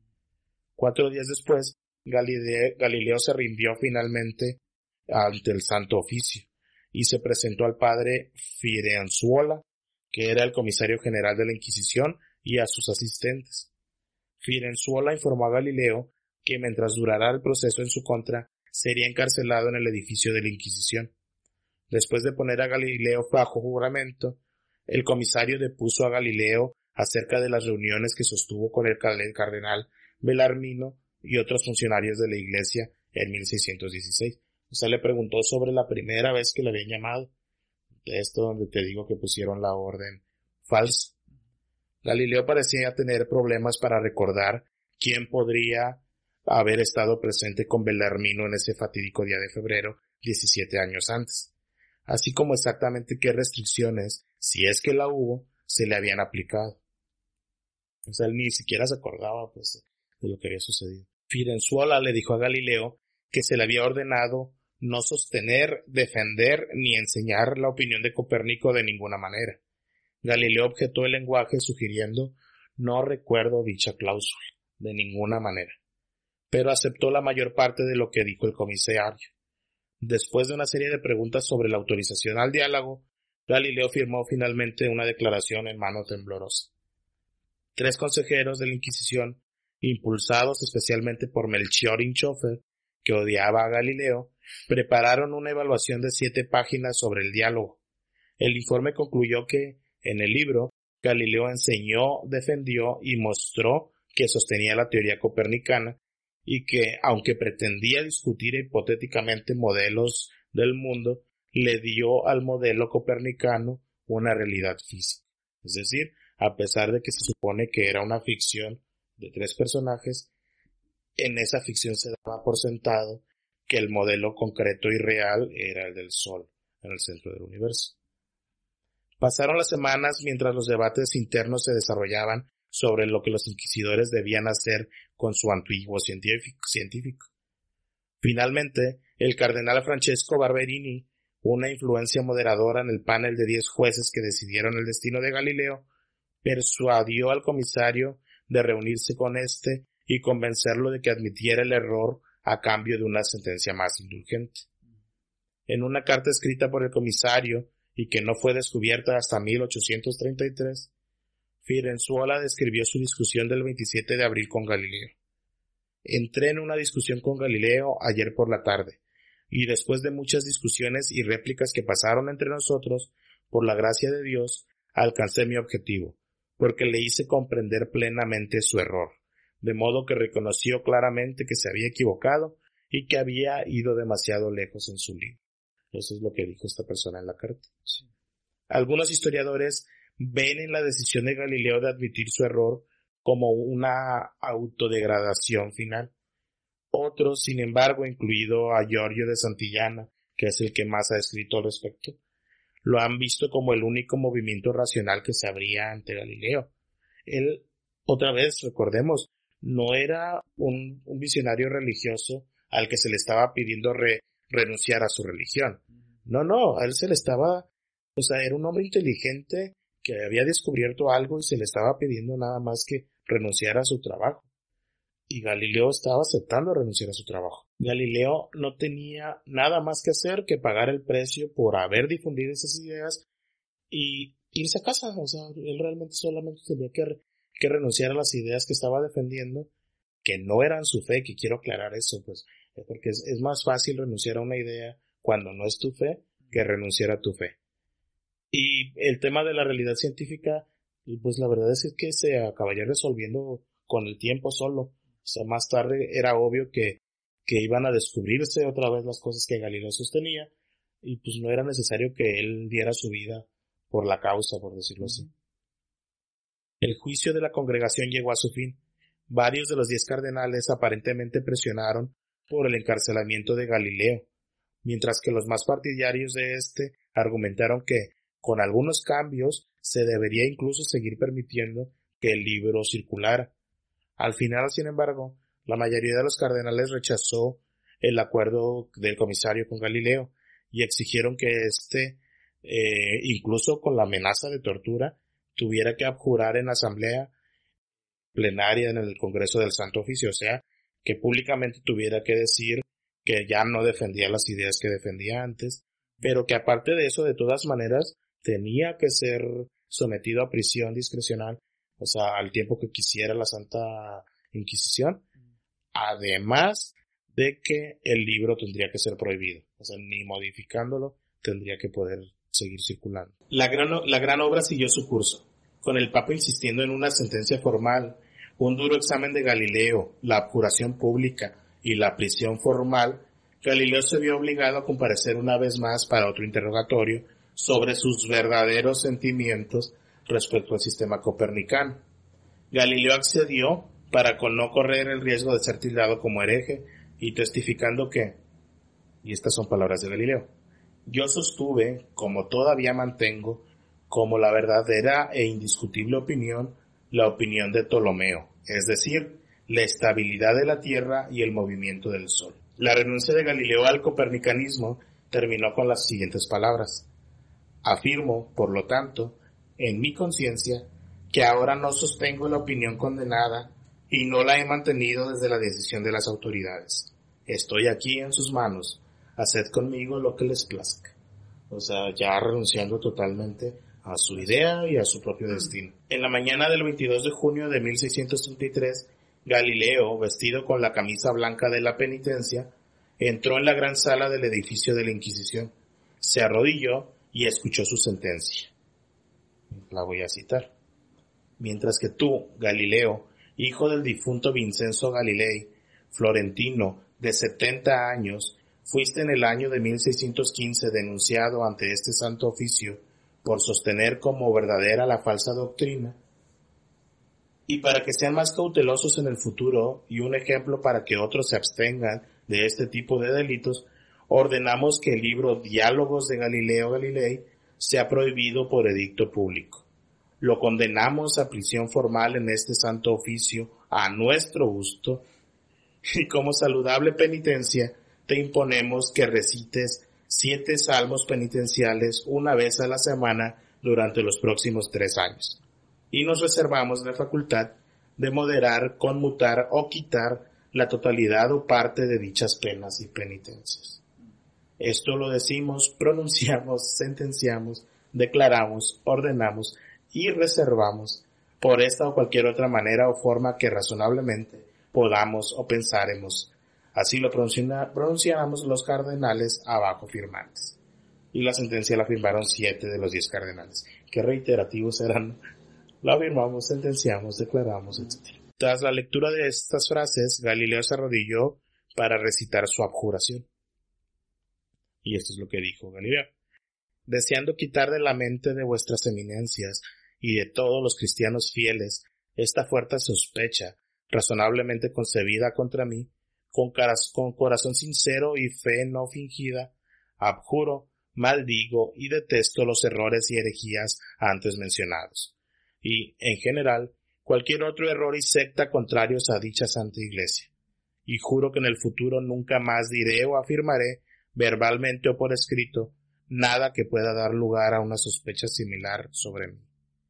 4 días después, Galileo se rindió finalmente ante el Santo Oficio y se presentó al padre Firenzuola, que era el comisario general de la Inquisición, y a sus asistentes. Firenzuola informó a Galileo que mientras durara el proceso en su contra, sería encarcelado en el edificio de la Inquisición. Después de poner a Galileo bajo juramento, el comisario depuso a Galileo acerca de las reuniones que sostuvo con el cardenal Bellarmino y otros funcionarios de la Iglesia en 1616. O sea, le preguntó sobre la primera vez que le habían llamado. De esto donde te digo que pusieron la orden falsa. Galileo parecía tener problemas para recordar quién podría haber estado presente con Bellarmino en ese fatídico día de febrero, 17 años antes, así como exactamente qué restricciones, si es que la hubo, se le habían aplicado. O sea, él ni siquiera se acordaba, pues, de lo que había sucedido. Firenzuola le dijo a Galileo que se le había ordenado no sostener, defender ni enseñar la opinión de Copérnico de ninguna manera. Galileo objetó el lenguaje sugiriendo: no recuerdo dicha cláusula, de ninguna manera. Pero aceptó la mayor parte de lo que dijo el comisario. Después de una serie de preguntas sobre la autorización al diálogo, Galileo firmó finalmente una declaración en mano temblorosa. 3 consejeros de la Inquisición, impulsados especialmente por Melchior Inchoffer, que odiaba a Galileo, prepararon una evaluación de 7 páginas sobre el diálogo. El informe concluyó que, en el libro, Galileo enseñó, defendió y mostró que sostenía la teoría copernicana y que, aunque pretendía discutir hipotéticamente modelos del mundo, le dio al modelo copernicano una realidad física. Es decir, a pesar de que se supone que era una ficción de 3 personajes, en esa ficción se daba por sentado que el modelo concreto y real era el del Sol, en el centro del universo. Pasaron las semanas mientras los debates internos se desarrollaban sobre lo que los inquisidores debían hacer con su antiguo científico. Finalmente, el cardenal Francesco Barberini, una influencia moderadora en el panel de 10 jueces que decidieron el destino de Galileo, persuadió al comisario de reunirse con éste y convencerlo de que admitiera el error a cambio de una sentencia más indulgente. En una carta escrita por el comisario y que no fue descubierta hasta 1833, Firenzuola describió su discusión del 27 de abril con Galileo. Entré en una discusión con Galileo ayer por la tarde, y después de muchas discusiones y réplicas que pasaron entre nosotros, por la gracia de Dios, alcancé mi objetivo, porque le hice comprender plenamente su error, de modo que reconoció claramente que se había equivocado y que había ido demasiado lejos en su libro. Eso es lo que dijo esta persona en la carta. Sí. Algunos historiadores ven en la decisión de Galileo de admitir su error como una autodegradación final. Otros, sin embargo, incluido a Giorgio de Santillana, que es el que más ha escrito al respecto, lo han visto como el único movimiento racional que se abría ante Galileo. Él, otra vez, recordemos, no era un visionario religioso al que se le estaba pidiendo renunciar a su religión. No, a él se le estaba, era un hombre inteligente que había descubierto algo y se le estaba pidiendo nada más que renunciara a su trabajo. Y Galileo estaba aceptando renunciar a su trabajo. Galileo no tenía nada más que hacer que pagar el precio por haber difundido esas ideas y irse a casa. O sea, él realmente solamente tenía que renunciar a las ideas que estaba defendiendo, que no eran su fe, que quiero aclarar eso, pues, porque es más fácil renunciar a una idea cuando no es tu fe que renunciar a tu fe. Y el tema de la realidad científica, pues la verdad es que se acabaría resolviendo con el tiempo solo. O sea, más tarde era obvio que iban a descubrirse otra vez las cosas que Galileo sostenía, y pues no era necesario que él diera su vida por la causa, por decirlo así. El juicio de la congregación llegó a su fin. Varios de los 10 cardenales aparentemente presionaron por el encarcelamiento de Galileo, mientras que los más partidarios de este argumentaron que, con algunos cambios, se debería incluso seguir permitiendo que el libro circulara. Al final, sin embargo, la mayoría de los cardenales rechazó el acuerdo del comisario con Galileo y exigieron que éste, incluso con la amenaza de tortura, tuviera que abjurar en asamblea plenaria en el Congreso del Santo Oficio, o sea, que públicamente tuviera que decir que ya no defendía las ideas que defendía antes, pero que aparte de eso, de todas maneras, tenía que ser sometido a prisión discrecional, o sea, al tiempo que quisiera la Santa Inquisición, además de que el libro tendría que ser prohibido, o sea, ni modificándolo tendría que poder seguir circulando. La gran obra siguió su curso, con el Papa insistiendo en una sentencia formal, un duro examen de Galileo, la abjuración pública y la prisión formal. Galileo se vio obligado a comparecer una vez más para otro interrogatorio sobre sus verdaderos sentimientos respecto al sistema copernicano. Galileo accedió para no correr el riesgo de ser tildado como hereje y testificando que, y estas son palabras de Galileo, yo sostuve, como todavía mantengo, como la verdadera e indiscutible opinión, la opinión de Ptolomeo, es decir, la estabilidad de la Tierra y el movimiento del Sol. La renuncia de Galileo al copernicanismo terminó con las siguientes palabras. Afirmo, por lo tanto, en mi conciencia, que ahora no sostengo la opinión condenada y no la he mantenido desde la decisión de las autoridades. Estoy aquí en sus manos, haced conmigo lo que les plazca. O sea, ya renunciando totalmente a su idea y a su propio destino. En la mañana del 22 de junio de 1633, Galileo, vestido con la camisa blanca de la penitencia, entró en la gran sala del edificio de la Inquisición, se arrodilló y escuchó su sentencia. La voy a citar. Mientras que tú, Galileo, hijo del difunto Vincenzo Galilei, florentino de 70 años, fuiste en el año de 1615 denunciado ante este santo oficio por sostener como verdadera la falsa doctrina, y para que sean más cautelosos en el futuro y un ejemplo para que otros se abstengan de este tipo de delitos, ordenamos que el libro Diálogos de Galileo Galilei sea prohibido por edicto público. Lo condenamos a prisión formal en este santo oficio a nuestro gusto, y como saludable penitencia te imponemos que recites 7 salmos penitenciales una vez a la semana durante los próximos 3 años. Y nos reservamos la facultad de moderar, conmutar o quitar la totalidad o parte de dichas penas y penitencias. Esto lo decimos, pronunciamos, sentenciamos, declaramos, ordenamos y reservamos por esta o cualquier otra manera o forma que razonablemente podamos o pensaremos. Así lo pronunciamos los cardenales abajo firmantes. Y la sentencia la firmaron 7 de los 10 cardenales. Qué reiterativos eran. La firmamos, sentenciamos, declaramos, etc. Tras la lectura de estas frases, Galileo se arrodilló para recitar su abjuración. Y esto es lo que dijo Galileo. Deseando quitar de la mente de vuestras eminencias y de todos los cristianos fieles esta fuerte sospecha, razonablemente concebida contra mí, con corazón sincero y fe no fingida, abjuro, maldigo y detesto los errores y herejías antes mencionados, y, en general, cualquier otro error y secta contrarios a dicha Santa Iglesia, y juro que en el futuro nunca más diré o afirmaré, verbalmente o por escrito, nada que pueda dar lugar a una sospecha similar sobre mí.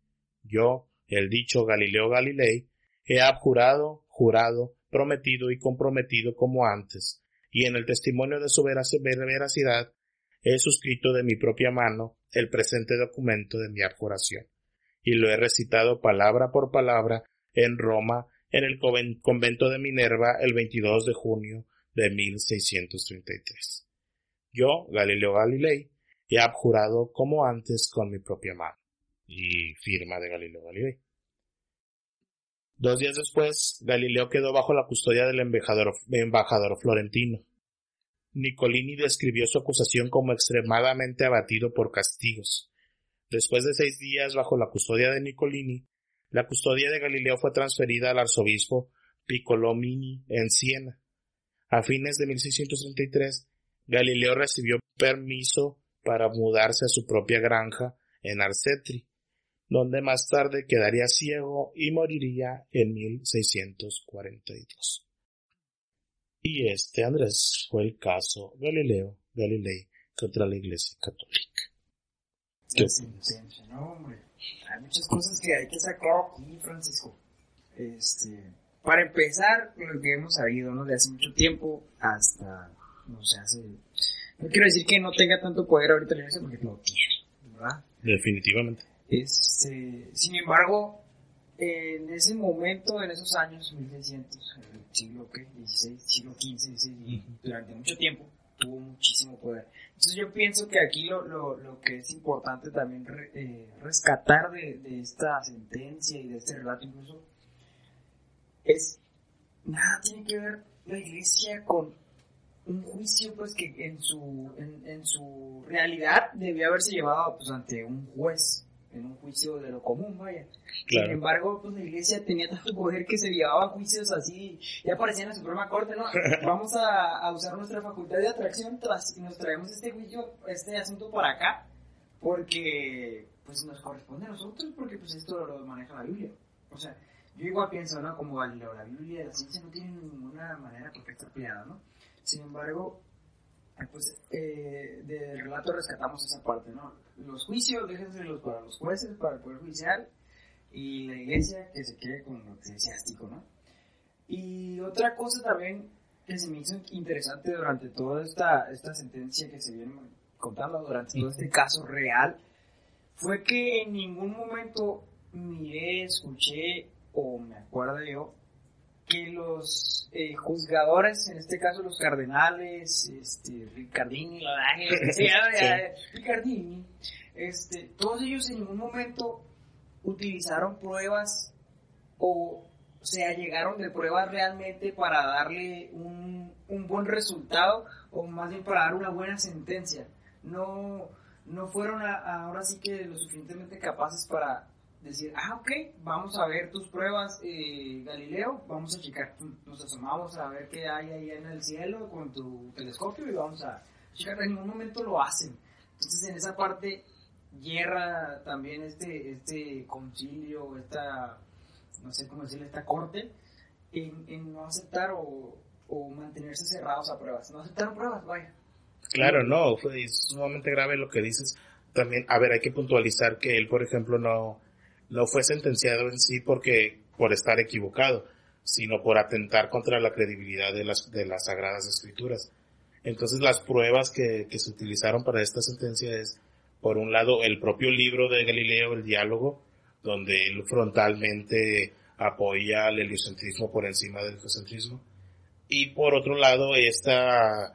Yo, el dicho Galileo Galilei, he abjurado, jurado, prometido y comprometido como antes, y en el testimonio de su veracidad he suscrito de mi propia mano el presente documento de mi abjuración, y lo he recitado palabra por palabra en Roma, en el convento de Minerva, el 22 de junio de 1633. Yo, Galileo Galilei, he abjurado como antes con mi propia mano. Y firma de Galileo Galilei. 2 días después, Galileo quedó bajo la custodia del embajador florentino. Nicolini describió su acusación como extremadamente abatido por castigos. Después de 6 días bajo la custodia de Nicolini, la custodia de Galileo fue transferida al arzobispo Piccolomini en Siena. A fines de 1633, Galileo recibió permiso para mudarse a su propia granja en Arcetri, donde más tarde quedaría ciego y moriría en 1642. Y Andrés, fue el caso Galileo Galilei contra la Iglesia Católica. ¿Qué sentencia? No, hombre. Hay muchas cosas que hay que sacar aquí, Francisco. Para empezar, lo que hemos sabido, ¿no? De hace mucho tiempo hasta, no sé, no quiero decir que no tenga tanto poder ahorita la Iglesia, porque lo tiene, ¿verdad? Definitivamente. Sin embargo, en ese momento, en esos años, 1600, el siglo XVI, siglo XV, XVI, durante mucho tiempo, tuvo muchísimo poder. Entonces yo pienso que aquí lo que es importante también rescatar de esta sentencia y de este relato incluso, es, nada tiene que ver la Iglesia con un juicio pues que en su realidad debía haberse llevado pues ante un juez, en un juicio de lo común, vaya. Claro. Sin embargo, pues la Iglesia tenía tanto poder que se llevaba juicios así, ya aparecía en la Suprema Corte, ¿no? Vamos a usar nuestra facultad de atracción y nos traemos este juicio, este asunto para acá, porque pues nos corresponde a nosotros, porque pues esto lo maneja la Biblia. O sea, yo igual pienso, ¿no? Como Galileo, la Biblia y la ciencia no tienen ninguna manera por qué estar peleada, ¿no? Sin embargo, pues del relato rescatamos esa parte, ¿no? Los juicios, déjenselos para los jueces, para el Poder Judicial, y la Iglesia que se quede con lo eclesiástico, ¿no? Y otra cosa también que se me hizo interesante durante toda esta sentencia que se viene contando, durante todo este caso real, fue que en ningún momento miré, escuché, o me acuerdo yo, que los juzgadores, en este caso los cardenales, Ricardini, Ricardini, todos ellos en ningún momento utilizaron pruebas o sea, llegaron de pruebas realmente para darle un buen resultado o más bien para dar una buena sentencia. No fueron ahora sí que lo suficientemente capaces para decir, ok, vamos a ver tus pruebas, Galileo, vamos a checar, nos asomamos a ver qué hay ahí en el cielo con tu telescopio y vamos a checar. En ningún momento lo hacen. Entonces en esa parte hierra también este concilio, no sé cómo decirle, esta corte, en no aceptar o mantenerse cerrados a pruebas. No aceptaron pruebas, vaya. Claro, no, fue sumamente grave lo que dices. También, a ver, hay que puntualizar que él, por ejemplo, no fue sentenciado en sí por estar equivocado, sino por atentar contra la credibilidad de las Sagradas Escrituras. Entonces, las pruebas que se utilizaron para esta sentencia es, por un lado, el propio libro de Galileo, el Diálogo, donde él frontalmente apoya el heliocentrismo por encima del geocentrismo, y por otro lado, esta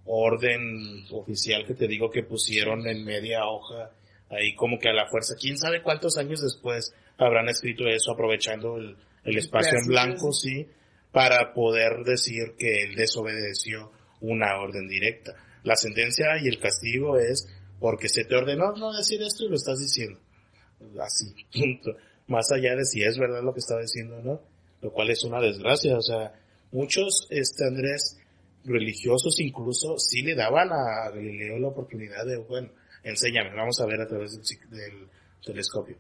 orden oficial que te digo que pusieron en media hoja, ahí como que a la fuerza. ¿Quién sabe cuántos años después habrán escrito eso, aprovechando el espacio en blanco, sí, para poder decir que él desobedeció una orden directa? La sentencia y el castigo es porque se te ordenó no decir esto y lo estás diciendo. Así, punto. Más allá de si es verdad lo que estaba diciendo o no, lo cual es una desgracia. O sea, muchos, Andrés, religiosos incluso, sí le daban a Galileo la oportunidad de, bueno, enséñame, vamos a ver a través del telescopio.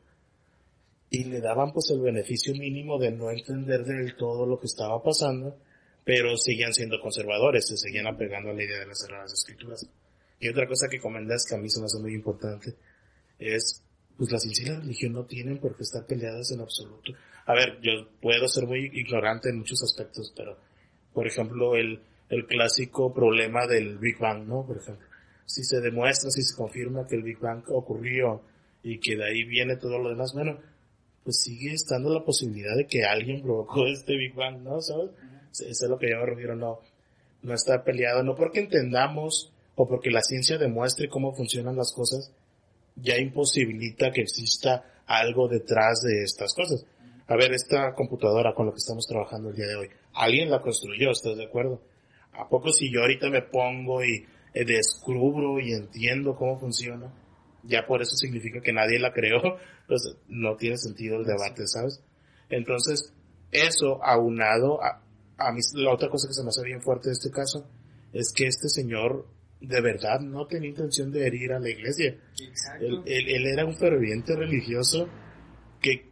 Y le daban pues el beneficio mínimo de no entender del todo lo que estaba pasando, pero seguían siendo conservadores, se seguían apegando a la idea de las Sagradas Escrituras. Y otra cosa que comentas que a mí se me hace muy importante es pues la ciencia y la religión no tienen por qué estar peleadas en absoluto. A ver, yo puedo ser muy ignorante en muchos aspectos, pero, por ejemplo, el clásico problema del Big Bang, ¿no? Por ejemplo, si se demuestra, si se confirma que el Big Bang ocurrió y que de ahí viene todo lo demás, bueno, pues sigue estando la posibilidad de que alguien provocó este Big Bang, ¿no? ¿Sabes? Eso es lo que yo me refiero, no está peleado, no porque entendamos o porque la ciencia demuestre cómo funcionan las cosas, ya imposibilita que exista algo detrás de estas cosas. A ver, esta computadora con la que estamos trabajando el día de hoy, alguien la construyó, ¿estás de acuerdo? ¿A poco si yo ahorita me pongo y descubro y entiendo cómo funciona, ya por eso significa que nadie la creó? Pues no tiene sentido el debate, ¿sabes? Entonces, eso aunado a mí, la otra cosa que se me hace bien fuerte de este caso es que este señor de verdad no tenía intención de herir a la iglesia. Exacto. Él era un ferviente religioso que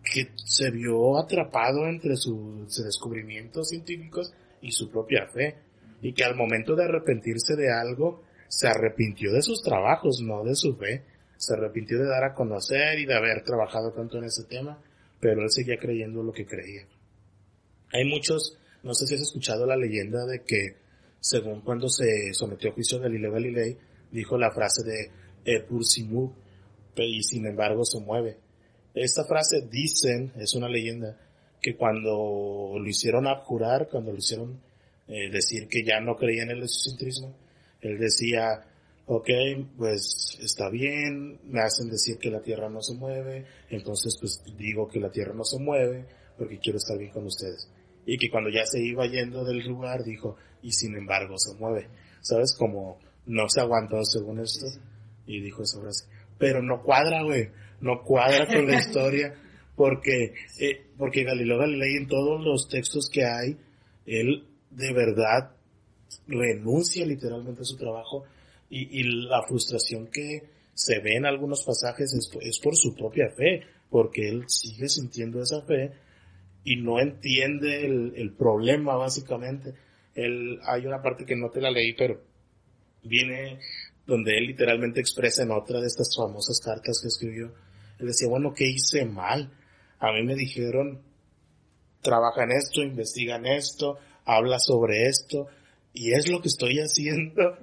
se vio atrapado entre sus descubrimientos científicos y su propia fe, y que al momento de arrepentirse de algo, se arrepintió de sus trabajos, no de su fe. Se arrepintió de dar a conocer y de haber trabajado tanto en ese tema, pero él seguía creyendo lo que creía. Hay muchos, no sé si has escuchado la leyenda de que, según cuando se sometió a juicio Galileo Galilei, dijo la frase de pur si mu, y sin embargo se mueve. Esta frase, dicen, es una leyenda, que cuando lo hicieron abjurar, cuando lo hicieron decir que ya no creía en el heliocentrismo, él decía, ok, pues está bien, me hacen decir que la Tierra no se mueve, entonces pues digo que la Tierra no se mueve porque quiero estar bien con ustedes. Y que cuando ya se iba yendo del lugar dijo, y sin embargo se mueve. ¿Sabes? Como no se aguantó según esto, y dijo esa frase. Pero no cuadra, güey, no cuadra con la historia, porque Galileo Galilei, en todos los textos que hay, él de verdad renuncia literalmente a su trabajo, y la frustración que se ve en algunos pasajes es por su propia fe, porque él sigue sintiendo esa fe y no entiende el problema, básicamente. Hay una parte que no te la leí, pero viene donde él literalmente expresa en otra de estas famosas cartas que escribió. Él decía, bueno, ¿qué hice mal? A mí me dijeron, trabaja en esto, investiga en esto, habla sobre esto, y es lo que estoy haciendo.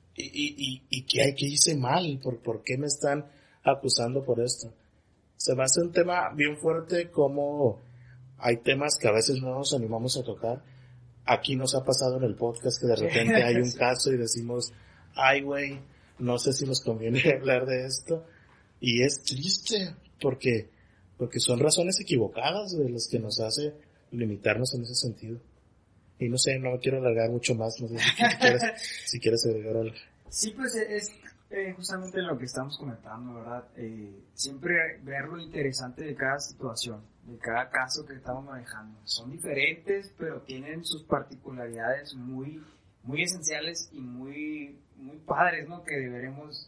¿Y qué hice mal? ¿Por qué me están acusando por esto? Se me hace un tema bien fuerte, como hay temas que a veces no nos animamos a tocar. Aquí nos ha pasado en el podcast que de repente hay un caso y decimos, ay güey, no sé si nos conviene hablar de esto. Y es triste, porque son razones equivocadas de las que nos hace limitarnos en ese sentido. Y no sé, no me quiero alargar mucho más, no sé si quieres agregar algo. Sí, pues es justamente lo que estamos comentando, ¿verdad? Siempre ver lo interesante de cada situación, de cada caso que estamos manejando. Son diferentes, pero tienen sus particularidades muy, muy esenciales y muy, muy padres, ¿no? Que debemos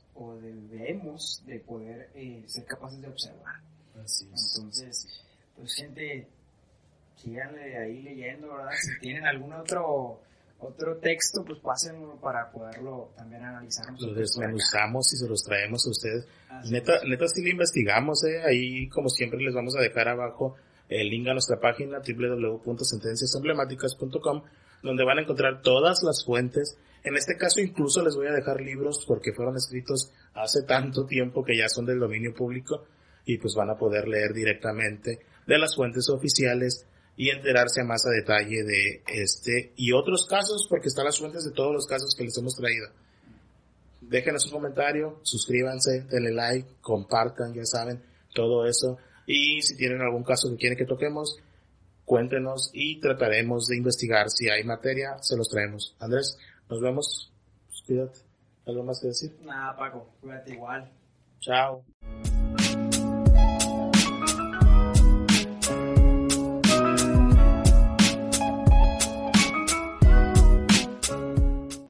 de poder ser capaces de observar. Así es. Entonces, pues gente, síganle ahí leyendo, ¿verdad? Si tienen algún otro texto, pues pásenlo para poderlo también analizar. Lo desmenuzamos y se los traemos a ustedes. Neta sí lo investigamos, ahí como siempre les vamos a dejar abajo el link a nuestra página www.sentenciasemblemáticas.com, donde van a encontrar todas las fuentes. En este caso incluso les voy a dejar libros porque fueron escritos hace tanto tiempo que ya son del dominio público, y pues van a poder leer directamente de las fuentes oficiales y enterarse más a detalle de este y otros casos, porque están las fuentes de todos los casos que les hemos traído. Déjenos un comentario, suscríbanse, denle like, compartan, ya saben, todo eso. Y si tienen algún caso que quieren que toquemos, cuéntenos y trataremos de investigar. Si hay materia, se los traemos. Andrés, nos vemos. Pues cuídate. ¿Algo más que decir? Nada, Paco, cuídate igual. Chao.